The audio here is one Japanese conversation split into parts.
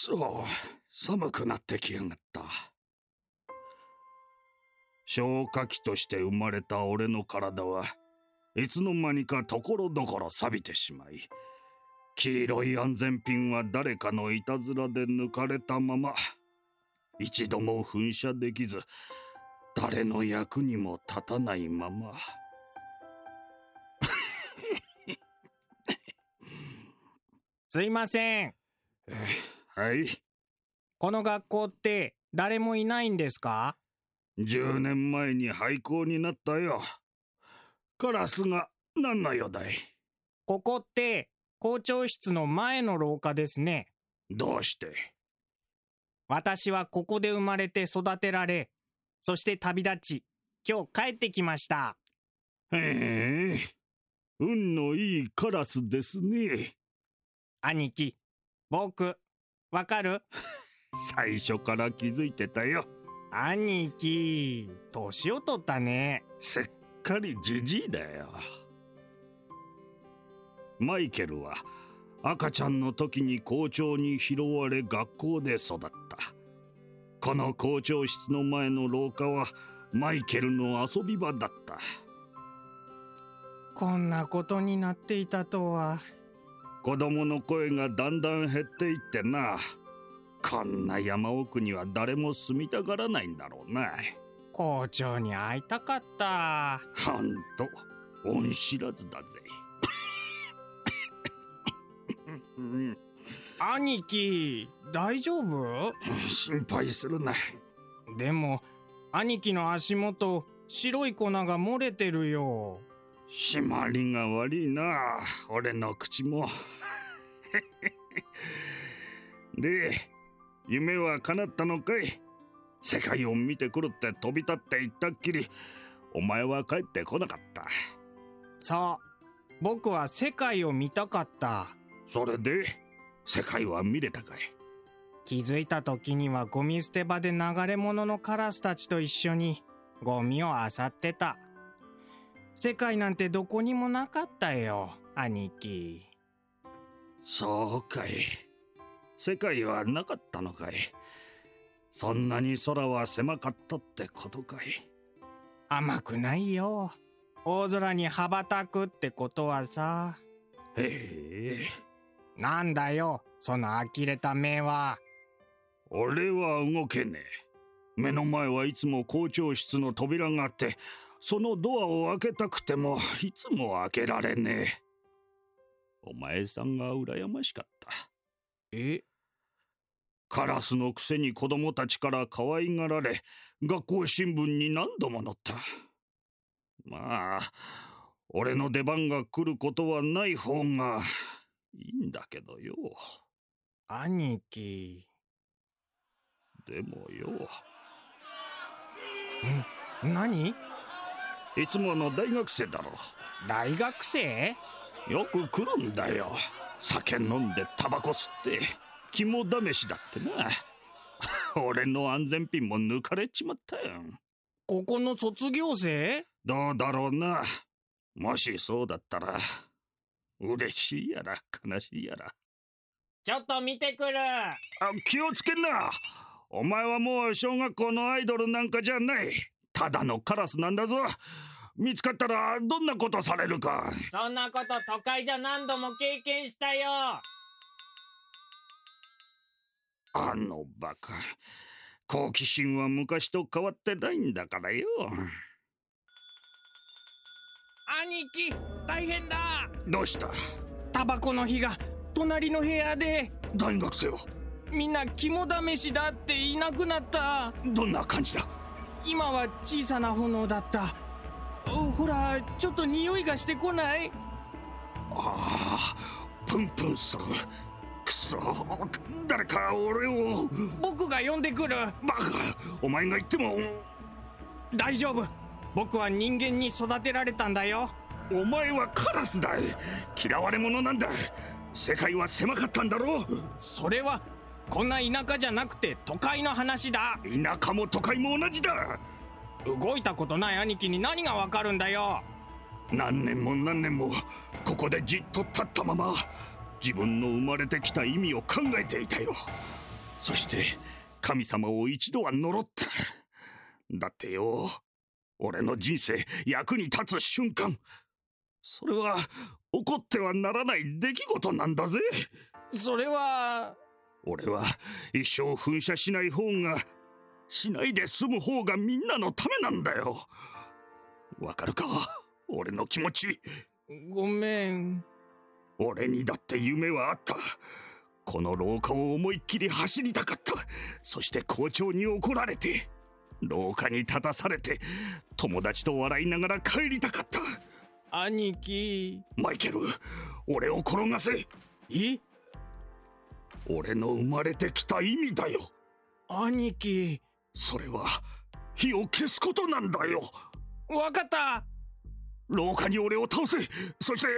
そう、寒くなってきやがった。消化器として生まれた俺の体はいつの間にかところどころ錆びてしまい、黄色い安全ピンは誰かのいたずらで抜かれたまま、一度も噴射できず、誰の役にも立たないまま。 すいません。 はい。 この学校って誰もいないんですか ？10年前に廃校になったよ。カラスが何の用だい？ ここって校長室の前の廊下ですね。 どうして？ 私はここで生まれて育てられ、そして旅立ち、今日帰ってきました。 へえ、運のいいカラスですね。 兄貴、僕、わかる？ 最初から気づいてたよ。 兄貴、年を取ったね。 すっかりジジイだよ。マイケルは赤ちゃんの時に校長に拾われ学校で育った。この校長室の前の廊下はマイケルの遊び場だった。 こんなことになっていたとは。 子供の声がだんだん減っていってな。こんな山奥には誰も住みたがらないんだろうな。 校長に会いたかった。 ほんと恩知らずだぜ。 兄貴、大丈夫？ 心配するな。 でも兄貴の足元、白い粉が漏れてるよ。 締まりが悪いな、俺の口も。で、夢は叶ったのかい？世界を見てくるって飛び立って行ったっきり、お前は帰ってこなかった。 さあ、僕は世界を見たかった。 それで世界は見れたかい？ 気づいた時にはゴミ捨て場で流れ物のカラスたちと一緒にゴミを漁ってた。世界なんてどこにもなかったよ、兄貴。 そうかい。世界はなかったのかい。そんなに空は狭かったってことかい。 甘くないよ。大空に羽ばたくってことはさ。 へえ。 なんだよ、その呆れた目は。 俺は動けねえ。目の前はいつも校長室の扉があって、そのドアを開けたくてもいつも開けられねえ。お前さんが羨ましかった。 え？ カラスのくせに子供たちから可愛がられ、学校新聞に何度も載った。まあ、俺の出番が来ることはない方がいいんだけどよ。 兄貴。 でもよ。 何？ いつもの大学生だろ。 大学生？ よく来るんだよ。酒飲んでタバコ吸って肝試しだってな。俺の安全ピンも抜かれちまったよ。 ここの卒業生？ どうだろうな。もしそうだったら嬉しいやら悲しいやら。 ちょっと見てくる。 気をつけんな。お前はもう小学校のアイドルなんかじゃない。ただのカラスなんだぞ。見つかったらどんなことされるか。 そんなこと都会じゃ何度も経験したよ。 あのバカ。好奇心は昔と変わってないんだからよ。 兄貴、大変だ。 どうした？ タバコの火が隣の部屋で。 大学生は？ みんな肝試しだっていなくなった。 どんな感じだ？ 今は小さな炎だった。ほら、ちょっと匂いがしてこない？ ああ、プンプンする。くそ、誰か俺を。 僕が呼んでくる。 バカ、お前が言っても。 大丈夫、僕は人間に育てられたんだよ。 お前はカラスだ。嫌われ者なんだ。世界は狭かったんだろう。 それはこんな田舎じゃなくて都会の話だ。 田舎も都会も同じだ。 動いたことない兄貴に何がわかるんだよ。 何年も何年もここでじっと立ったまま自分の生まれてきた意味を考えていたよ。 そして神様を一度は呪った。だってよ、俺の人生役に立つ瞬間、それは起こってはならない出来事なんだぜ。 それは。 俺は一生噴射しない方が、しないで済む方がみんなのためなんだよ。わかるか、俺の気持ち。 ごめん。 俺にだって夢はあった。この廊下を思いっきり走りたかった。そして校長に怒られて、廊下に立たされて、友達と笑いながら帰りたかった。 兄貴。 マイケル、俺を転がせ。 え？ 俺の生まれてきた意味だよ。 兄貴。 それは火を消すことなんだよ。 わかった。 廊下に俺を倒せ。そして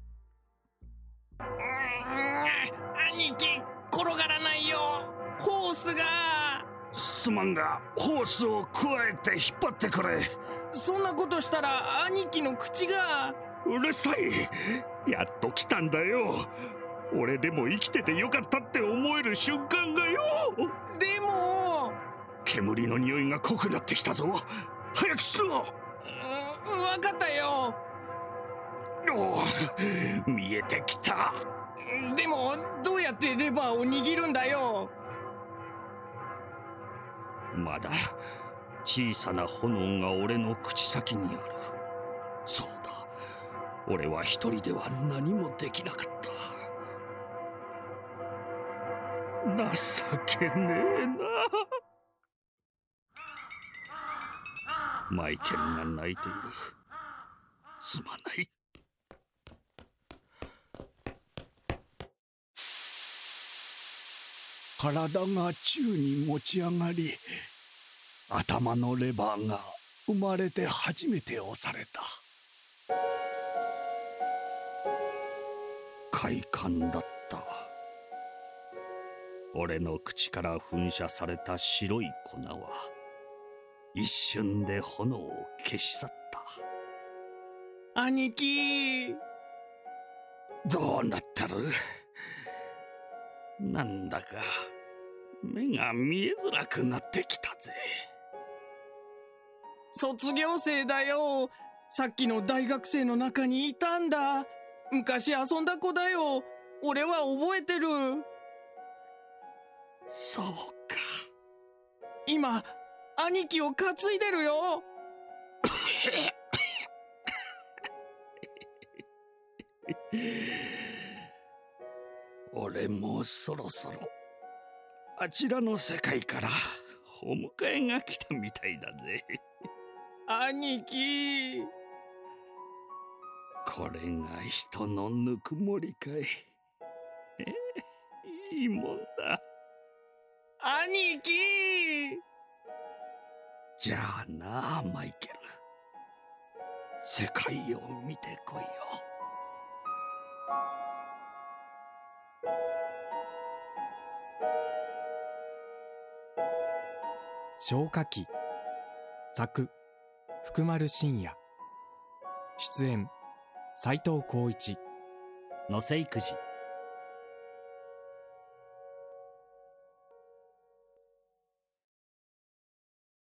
兄貴、転がらないよ。ホースが。 すまんが、ホースをくわえて引っ張ってくれ。 そんなことしたら兄貴の口が。 うるさい。やっと来たんだよ。俺でも生きててよかったって思える瞬間がよ。 でも煙の匂いが濃くなってきたぞ。早くしろ。 わかったよ。 おお、見えてきた。 でもどうやってレバーを握るんだよ。 まだ小さな炎が俺の口先にある。そうだ、俺は一人では何もできなかった。情けねえな。マイケルが泣いている。すまない。体が宙に持ち上がり、頭のレバーが生まれて初めて押された。快感だった。俺の口から噴射された白い粉は一瞬で炎を消し去った。 兄貴。 どうなってる？なんだか目が見えづらくなってきたぜ。 卒業生だよ。さっきの大学生の中にいたんだ。昔遊んだ子だよ。俺は覚えてる。 そうか。 今兄貴を担いでるよ。 俺もそろそろあちらの世界からお迎えが来たみたいだぜ。 兄貴。 これが人のぬくもりかい。いいもんだ。 兄貴。 じゃあな、マイケル、世界を見てこいよ。 消火器。作福丸信也。出演斉藤浩一、 野瀬育児。